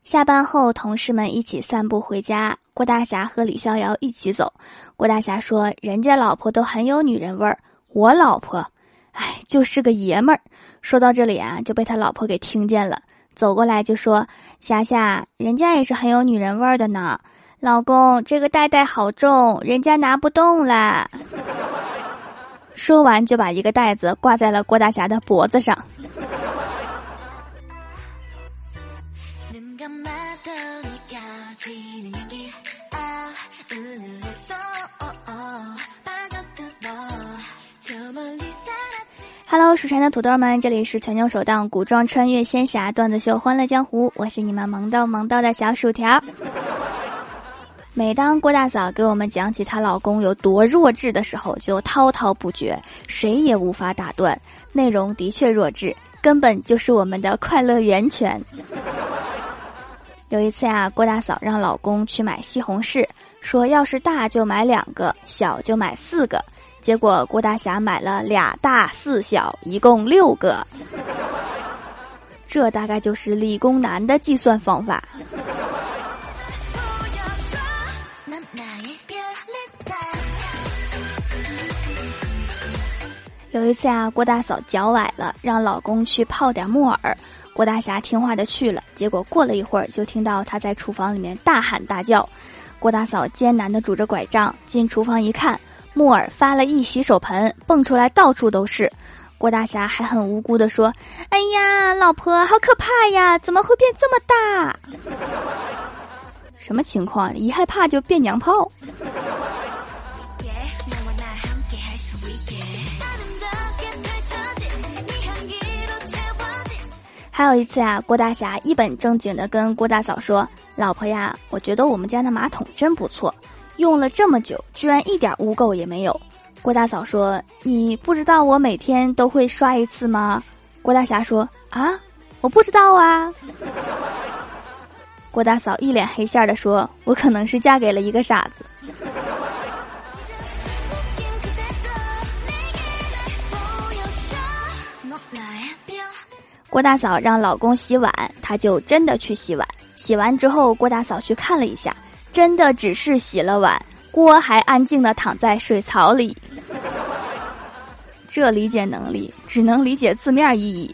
下班后，同事们一起散步回家，郭大侠和李逍遥一起走。郭大侠说：“人家老婆都很有女人味儿，我老婆，就是个爷们儿。”说到这里啊，就被他老婆给听见了，走过来就说：“霞霞，人家也是很有女人味儿的呢。老公，这个袋袋好重，人家拿不动啦。”说完就把一个袋子挂在了郭大侠的脖子上。Hello， 蜀山的土豆们，这里是全球首档古装穿越仙侠段子秀《欢乐江湖》，我是你们萌豆的小薯条。每当郭大嫂给我们讲起她老公有多弱智的时候，就滔滔不绝，谁也无法打断。内容的确弱智，根本就是我们的快乐源泉。有一次呀，郭大嫂让老公去买西红柿，说要是大就买2个，小就买4个。结果郭大侠买了2大4小，一共6个。这大概就是理工男的计算方法。有一次啊，郭大嫂脚崴了，让老公去泡点木耳。郭大侠听话的去了，结果过了一会儿，就听到他在厨房里面大喊大叫。郭大嫂艰难地拄着拐杖进厨房一看，木耳发了一洗手盆，蹦出来到处都是。郭大侠还很无辜地说：“哎呀，老婆，好可怕呀，怎么会变这么大？”什么情况？一害怕就变娘炮。还有一次啊，郭大侠一本正经地跟郭大嫂说：“老婆呀，我觉得我们家的马桶真不错，用了这么久，居然一点污垢也没有。”郭大嫂说：“你不知道我每天都会刷1次吗？”郭大侠说：“啊，我不知道啊。”郭大嫂一脸黑线地说：“我可能是嫁给了一个傻子。”郭大嫂让老公洗碗，他就真的去洗碗。洗完之后，郭大嫂去看了一下，真的只是洗了碗，锅还安静地躺在水槽里。这理解能力只能理解字面意义。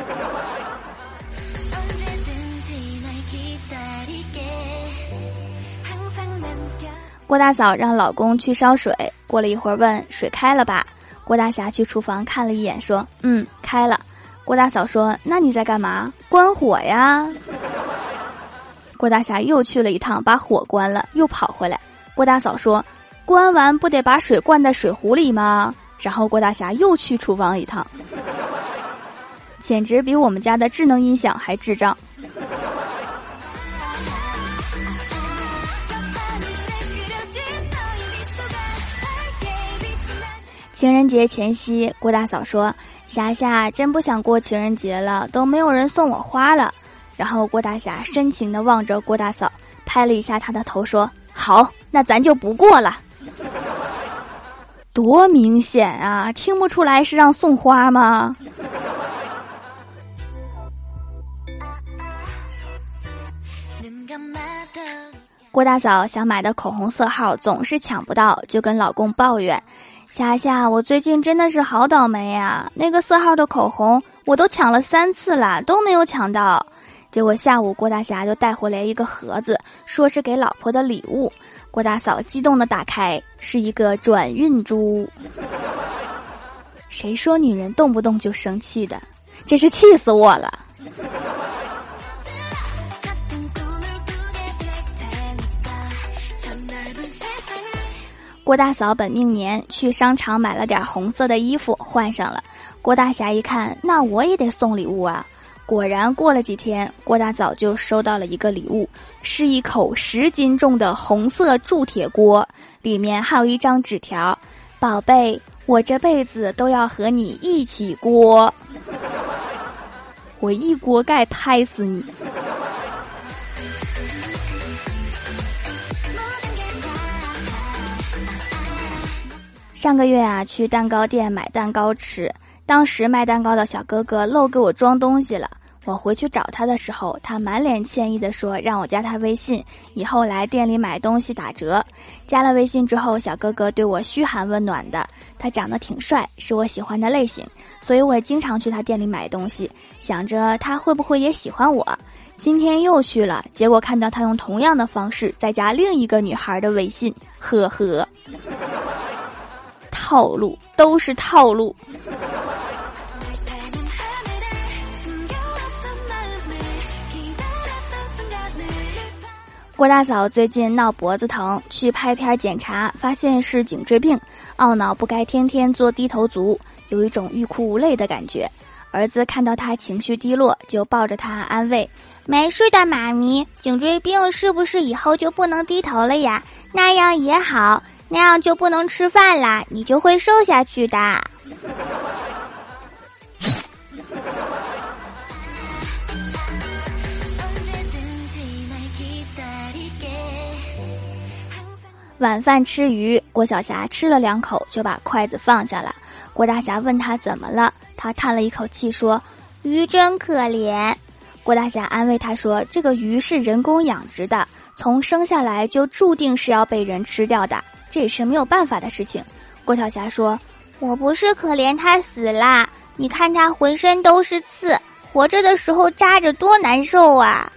郭大嫂让老公去烧水，过了一会儿问：“水开了吧？”郭大侠去厨房看了一眼，说：“开了。”郭大嫂说：“那你在干嘛？关火呀。”郭大侠又去了一趟，把火关了，又跑回来。郭大嫂说：“关完不得把水灌在水壶里吗？”然后郭大侠又去厨房一趟，简直比我们家的智能音响还智障。情人节前夕，郭大嫂说：“霞霞，真不想过情人节了，都没有人送我花了。”然后郭大侠深情地望着郭大嫂，拍了一下她的头说：“好，那咱就不过了。”多明显啊，听不出来是让送花吗？郭大嫂想买的口红色号总是抢不到，就跟老公抱怨：“霞霞，我最近真的是好倒霉呀！那个色号的口红我都抢了3次了，都没有抢到。”结果下午郭大侠就带回来一个盒子，说是给老婆的礼物。郭大嫂激动地打开，是一个转运珠。谁说女人动不动就生气的？真是气死我了。郭大嫂本命年去商场买了点红色的衣服换上了，郭大侠一看，那我也得送礼物啊。果然过了几天，郭大嫂就收到了一个礼物，是一口10斤重的红色铸铁锅，里面还有一张纸条：“宝贝，我这辈子都要和你一起锅。”我一锅盖拍死你。上个月啊，去蛋糕店买蛋糕吃，当时卖蛋糕的小哥哥漏给我装东西了， 我回去找他的时候，他满脸歉意地说让我加他微信，以后来店里买东西打折。加了微信之后，小哥哥对我嘘寒问暖的，他长得挺帅，是我喜欢的类型，所以我也经常去他店里买东西，想着他会不会也喜欢我。今天又去了，结果看到他用同样的方式再加另一个女孩的微信，呵呵，套路都是套路。郭大嫂最近闹脖子疼，去拍片检查，发现是颈椎病，懊恼不该天天做低头族，有一种欲哭无泪的感觉。儿子看到他情绪低落，就抱着他安慰：没事的妈咪，颈椎病是不是以后就不能低头了呀？那样也好，那样就不能吃饭啦，你就会瘦下去的。晚饭吃鱼，郭晓霞吃了2口就把筷子放下了。郭大侠问他怎么了，他叹了一口气说：鱼真可怜。郭大侠安慰他说，这个鱼是人工养殖的，从生下来就注定是要被人吃掉的，这也是没有办法的事情。郭晓霞说，我不是可怜他死啦，你看他浑身都是刺，活着的时候扎着多难受啊。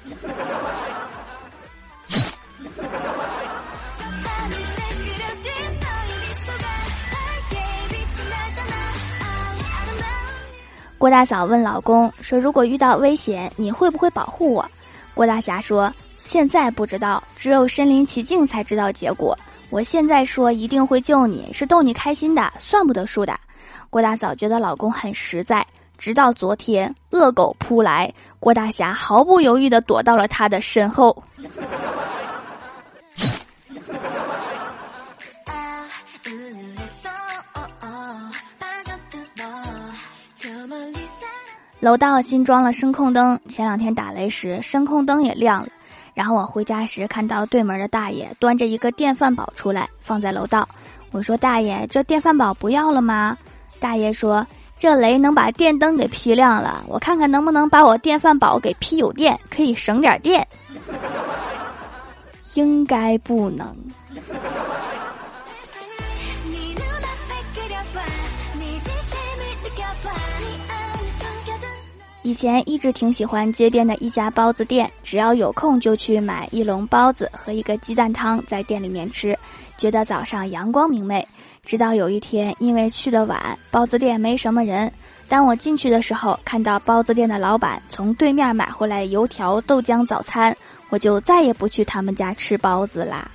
郭大嫂问老公说，如果遇到危险你会不会保护我？郭大侠说，现在不知道，只有身临其境才知道结果，我现在说一定会救你，是逗你开心的，算不得数的。郭大嫂觉得老公很实在，直到昨天恶狗扑来，郭大侠毫不犹豫地躲到了他的身后。楼道新装了声控灯，前2天打雷时声控灯也亮了，然后我回家时看到对门的大爷端着一个电饭煲出来放在楼道，我说大爷，这电饭煲不要了吗？大爷说，这雷能把电灯给劈亮了，我看看能不能把我电饭煲给劈有电，可以省点电。应该不能。以前一直挺喜欢街边的一家包子店，只要有空就去买一笼包子和一个鸡蛋汤在店里面吃，觉得早上阳光明媚。直到有一天因为去的晚，包子店没什么人，当我进去的时候，看到包子店的老板从对面买回来油条豆浆早餐，我就再也不去他们家吃包子啦。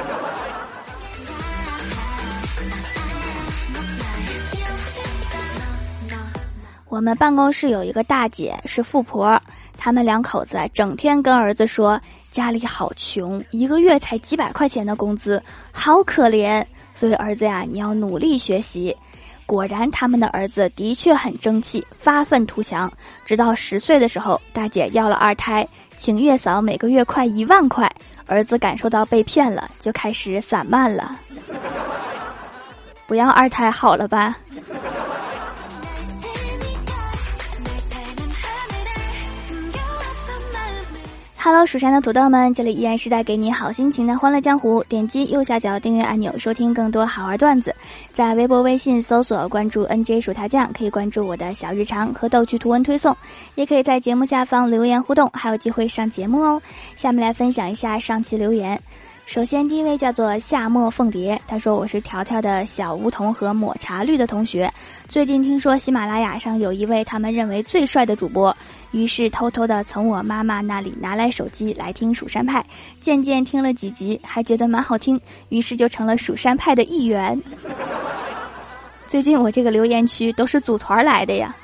我们办公室有一个大姐是富婆，他们2口子整天跟儿子说家里好穷，一个月才几百块钱的工资，好可怜，所以儿子呀，你要努力学习。果然他们的儿子的确很争气，发愤图强，直到10岁的时候，大姐要了2胎，请月嫂每个月快1万块，儿子感受到被骗了，就开始散漫了。不要2胎好了吧。Hello， 蜀山的土豆们，这里依然是带给你好心情的欢乐江湖。点击右下角订阅按钮，收听更多好玩段子。在微博、微信搜索关注 NJ 薯条酱，可以关注我的小日常和逗趣图文推送，也可以在节目下方留言互动，还有机会上节目哦。下面来分享一下上期留言。首先第一位叫做夏末凤蝶，他说，我是条条的小梧桐和抹茶绿的同学，最近听说喜马拉雅上有一位他们认为最帅的主播，于是偷偷的从我妈妈那里拿来手机来听蜀山派，渐渐听了几集还觉得蛮好听，于是就成了蜀山派的一员。最近我这个留言区都是组团来的呀。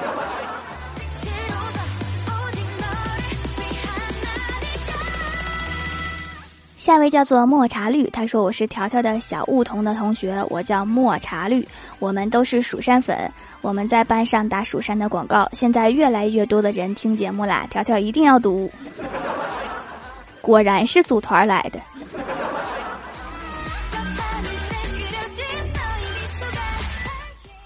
下位叫做抹茶绿，他说，我是条条的小梧桐的同学，我叫抹茶绿，我们都是蜀山粉，我们在班上打蜀山的广告，现在越来越多的人听节目啦，条条一定要读。果然是组团来的。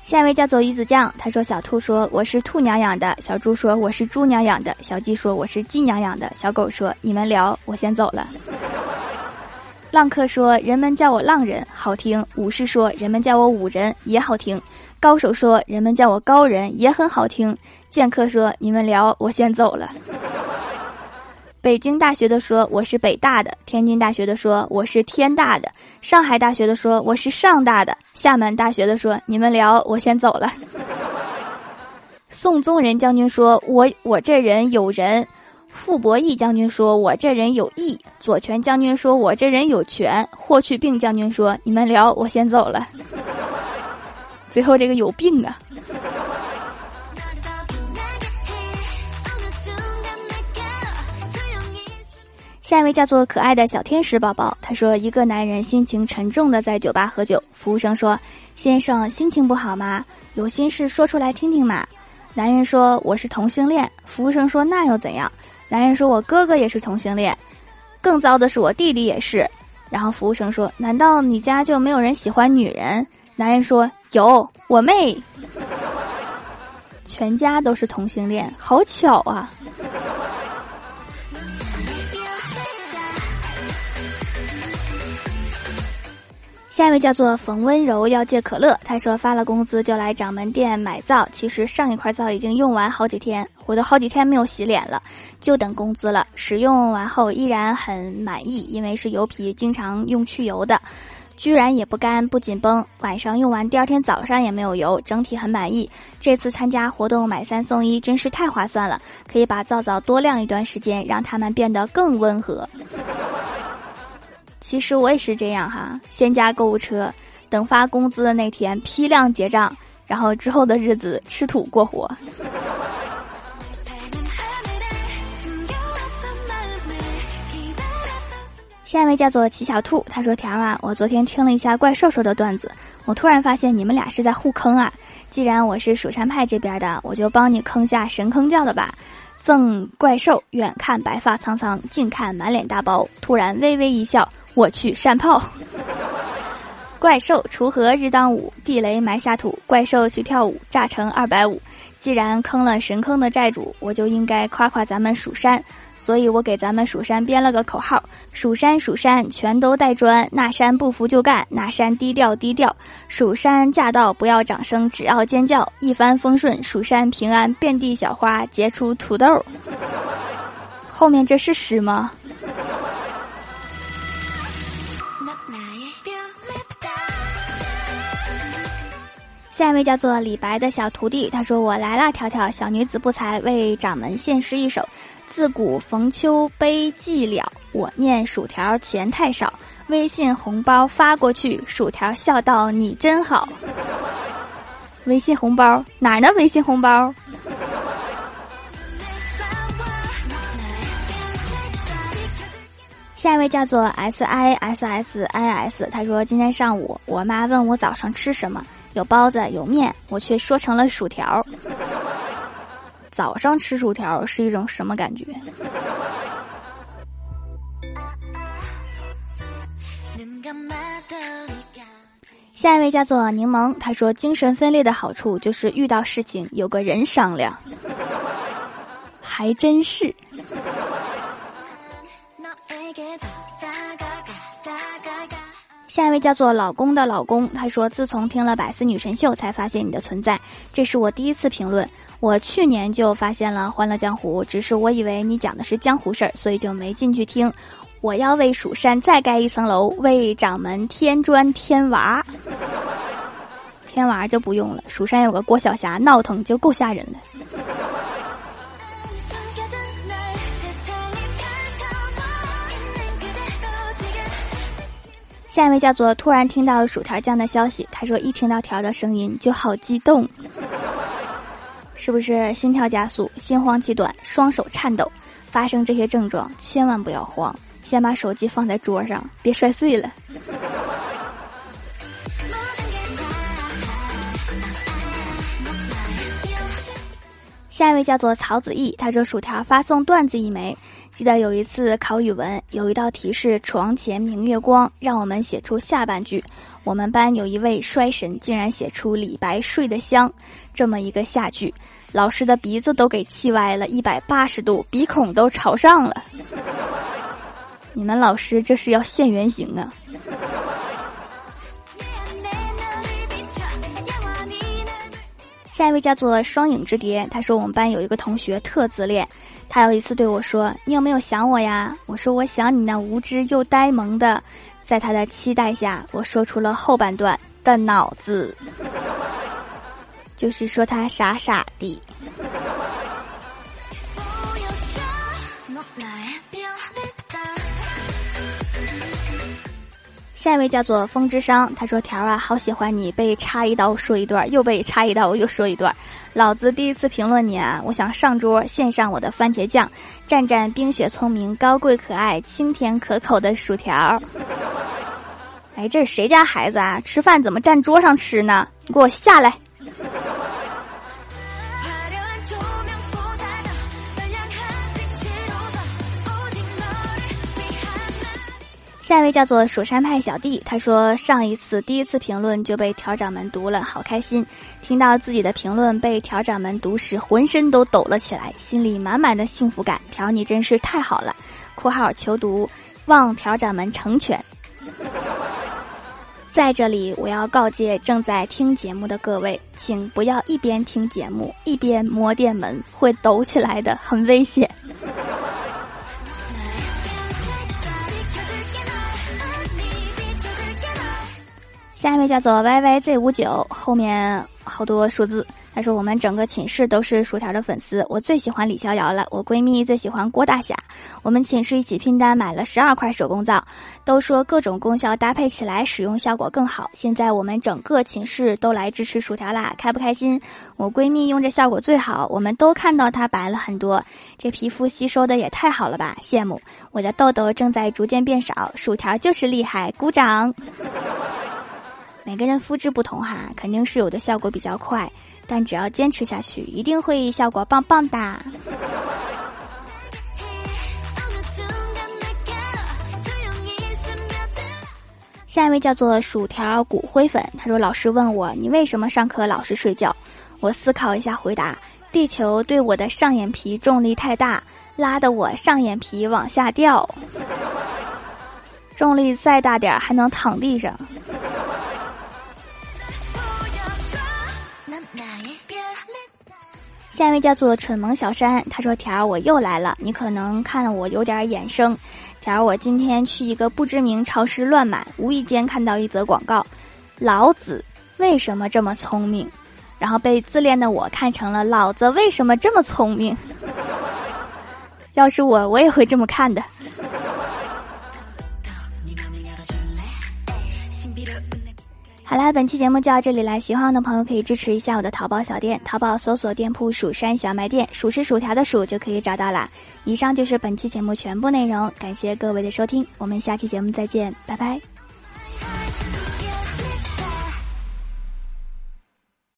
下一位叫做鱼子酱，他说小兔说我是兔娘养的，小猪说我是猪娘养的，小鸡说我是鸡娘养的，小狗说你们聊，我先走了。浪客说人们叫我浪人好听，武士说人们叫我武人也好听，高手说人们叫我高人也很好听，剑客说你们聊，我先走了。北京大学的说我是北大的，天津大学的说我是天大的，上海大学的说我是上大的，厦门大学的说你们聊，我先走了。宋宗仁将军说我这人有人，傅伯义将军说我这人有义，左权将军说我这人有权，霍去病将军说你们聊，我先走了。最后这个有病啊。下一位叫做可爱的小天使宝宝，他说一个男人心情沉重的在酒吧喝酒，服务生说先生心情不好吗？有心事说出来听听嘛。男人说我是同性恋，服务生说那又怎样？男人说我哥哥也是同性恋，更糟的是我弟弟也是。然后服务生说难道你家就没有人喜欢女人？男人说有，我妹。全家都是同性恋，好巧啊。下一位叫做冯温柔要借可乐，他说发了工资就来掌门店买皂，其实上一块皂已经用完好几天，我都好几天没有洗脸了，就等工资了。使用完后依然很满意，因为是油皮，经常用去油的，居然也不干不紧绷，晚上用完第二天早上也没有油，整体很满意。这次参加活动买3送1真是太划算了，可以把皂皂多晾一段时间，让它们变得更温和。其实我也是这样哈，先加购物车，等发工资的那天批量结账，然后之后的日子吃土过活。下一位叫做齐小兔，他说条啊，我昨天听了一下怪兽兽的段子，我突然发现你们俩是在互坑啊。既然我是蜀山派这边的，我就帮你坑下神坑教的吧。赠怪兽，远看白发苍苍，近看满脸大包，突然微微一笑，我去山炮。怪兽锄禾日当午，地雷埋下土，怪兽去跳舞，炸成250。既然坑了神坑的债主，我就应该夸夸咱们蜀山，所以我给咱们蜀山编了个口号：蜀山蜀山全都带砖，那山不服就干，那山低调低调。蜀山驾到不要掌声，只要尖叫，一帆风顺，蜀山平安，遍地小花结出土豆。后面这是诗吗？下一位叫做李白的小徒弟，他说我来啦条条，小女子不才，为掌门献诗一首。自古逢秋悲寂寥，我念薯条钱太少，微信红包发过去，薯条笑道你真好。微信红包哪儿呢？微信红包。下一位叫做 SISSIS， 他说今天上午我妈问我早上吃什么，有包子有面，我却说成了薯条。早上吃薯条是一种什么感觉？下一位叫做柠檬，他说精神分裂的好处就是遇到事情有个人商量。还真是。下一位叫做老公的老公，他说自从听了百思女神秀才发现你的存在，这是我第一次评论，我去年就发现了欢乐江湖，只是我以为你讲的是江湖事儿，所以就没进去听。我要为蜀山再盖一层楼，为掌门添砖添瓦。添瓦就不用了，蜀山有个郭晓霞闹腾就够吓人了。下一位叫做突然听到薯条酱的消息，他说一听到条的声音就好激动。是不是心跳加速、心慌气短、双手颤抖？发生这些症状千万不要慌，先把手机放在桌上，别摔碎了。 下一位叫做曹子毅，他说薯条发送段子一枚。记得有一次考语文，有一道题是床前明月光，让我们写出下半句。我们班有一位衰神竟然写出李白睡得香这么一个下句，老师的鼻子都给气歪了180度，鼻孔都朝上了。你们老师这是要现原形啊。下一位叫做双影之蝶，他说我们班有一个同学特自恋，他有一次对我说，你有没有想我呀？我说我想你那无知又呆萌的。在他的期待下，我说出了后半段的脑子，就是说他傻傻的。下一位叫做风之伤，他说条啊，好喜欢你被插一刀说一段，又被插一刀又说一段。老子第一次评论你啊，我想上桌献上我的番茄酱，蘸蘸冰雪聪明高贵可爱清甜可口的薯条。哎，这是谁家孩子啊？吃饭怎么站桌上吃呢？你给我下来！下一位叫做蜀山派小弟，他说上一次第一次评论就被调掌门读了，好开心，听到自己的评论被调掌门读时浑身都抖了起来，心里满满的幸福感。调你真是太好了，括号求读，望调掌门成全。在这里我要告诫正在听节目的各位，请不要一边听节目一边摸电门，会抖起来的，很危险。下一位叫做 YYZ59， 后面好多数字。他说我们整个寝室都是薯条的粉丝，我最喜欢李逍遥了，我闺蜜最喜欢郭大侠。我们寝室一起拼单买了12块手工皂，都说各种功效搭配起来使用效果更好。现在我们整个寝室都来支持薯条啦，开不开心？我闺蜜用着效果最好，我们都看到她白了很多，这皮肤吸收的也太好了吧，羡慕。我的痘痘正在逐渐变少，薯条就是厉害，鼓掌。每个人肤质不同哈，肯定是有的效果比较快，但只要坚持下去，一定会效果棒棒的。下一位叫做薯条骨灰粉，他说老师问我你为什么上课老是睡觉，我思考一下回答，地球对我的上眼皮重力太大，拉得我上眼皮往下掉，重力再大点还能躺地上。下一位叫做蠢萌小山，他说条儿我又来了，你可能看我有点眼生，条儿我今天去一个不知名超市乱买，无意间看到一则广告，老子为什么这么聪明，然后被自恋的我看成了老子为什么这么聪明。要是我也会这么看的。好啦，本期节目就到这里来，喜欢我的朋友可以支持一下我的淘宝小店，淘宝搜索店铺蜀山小卖店，薯是薯条的薯就可以找到啦。以上就是本期节目全部内容，感谢各位的收听，我们下期节目再见，拜拜。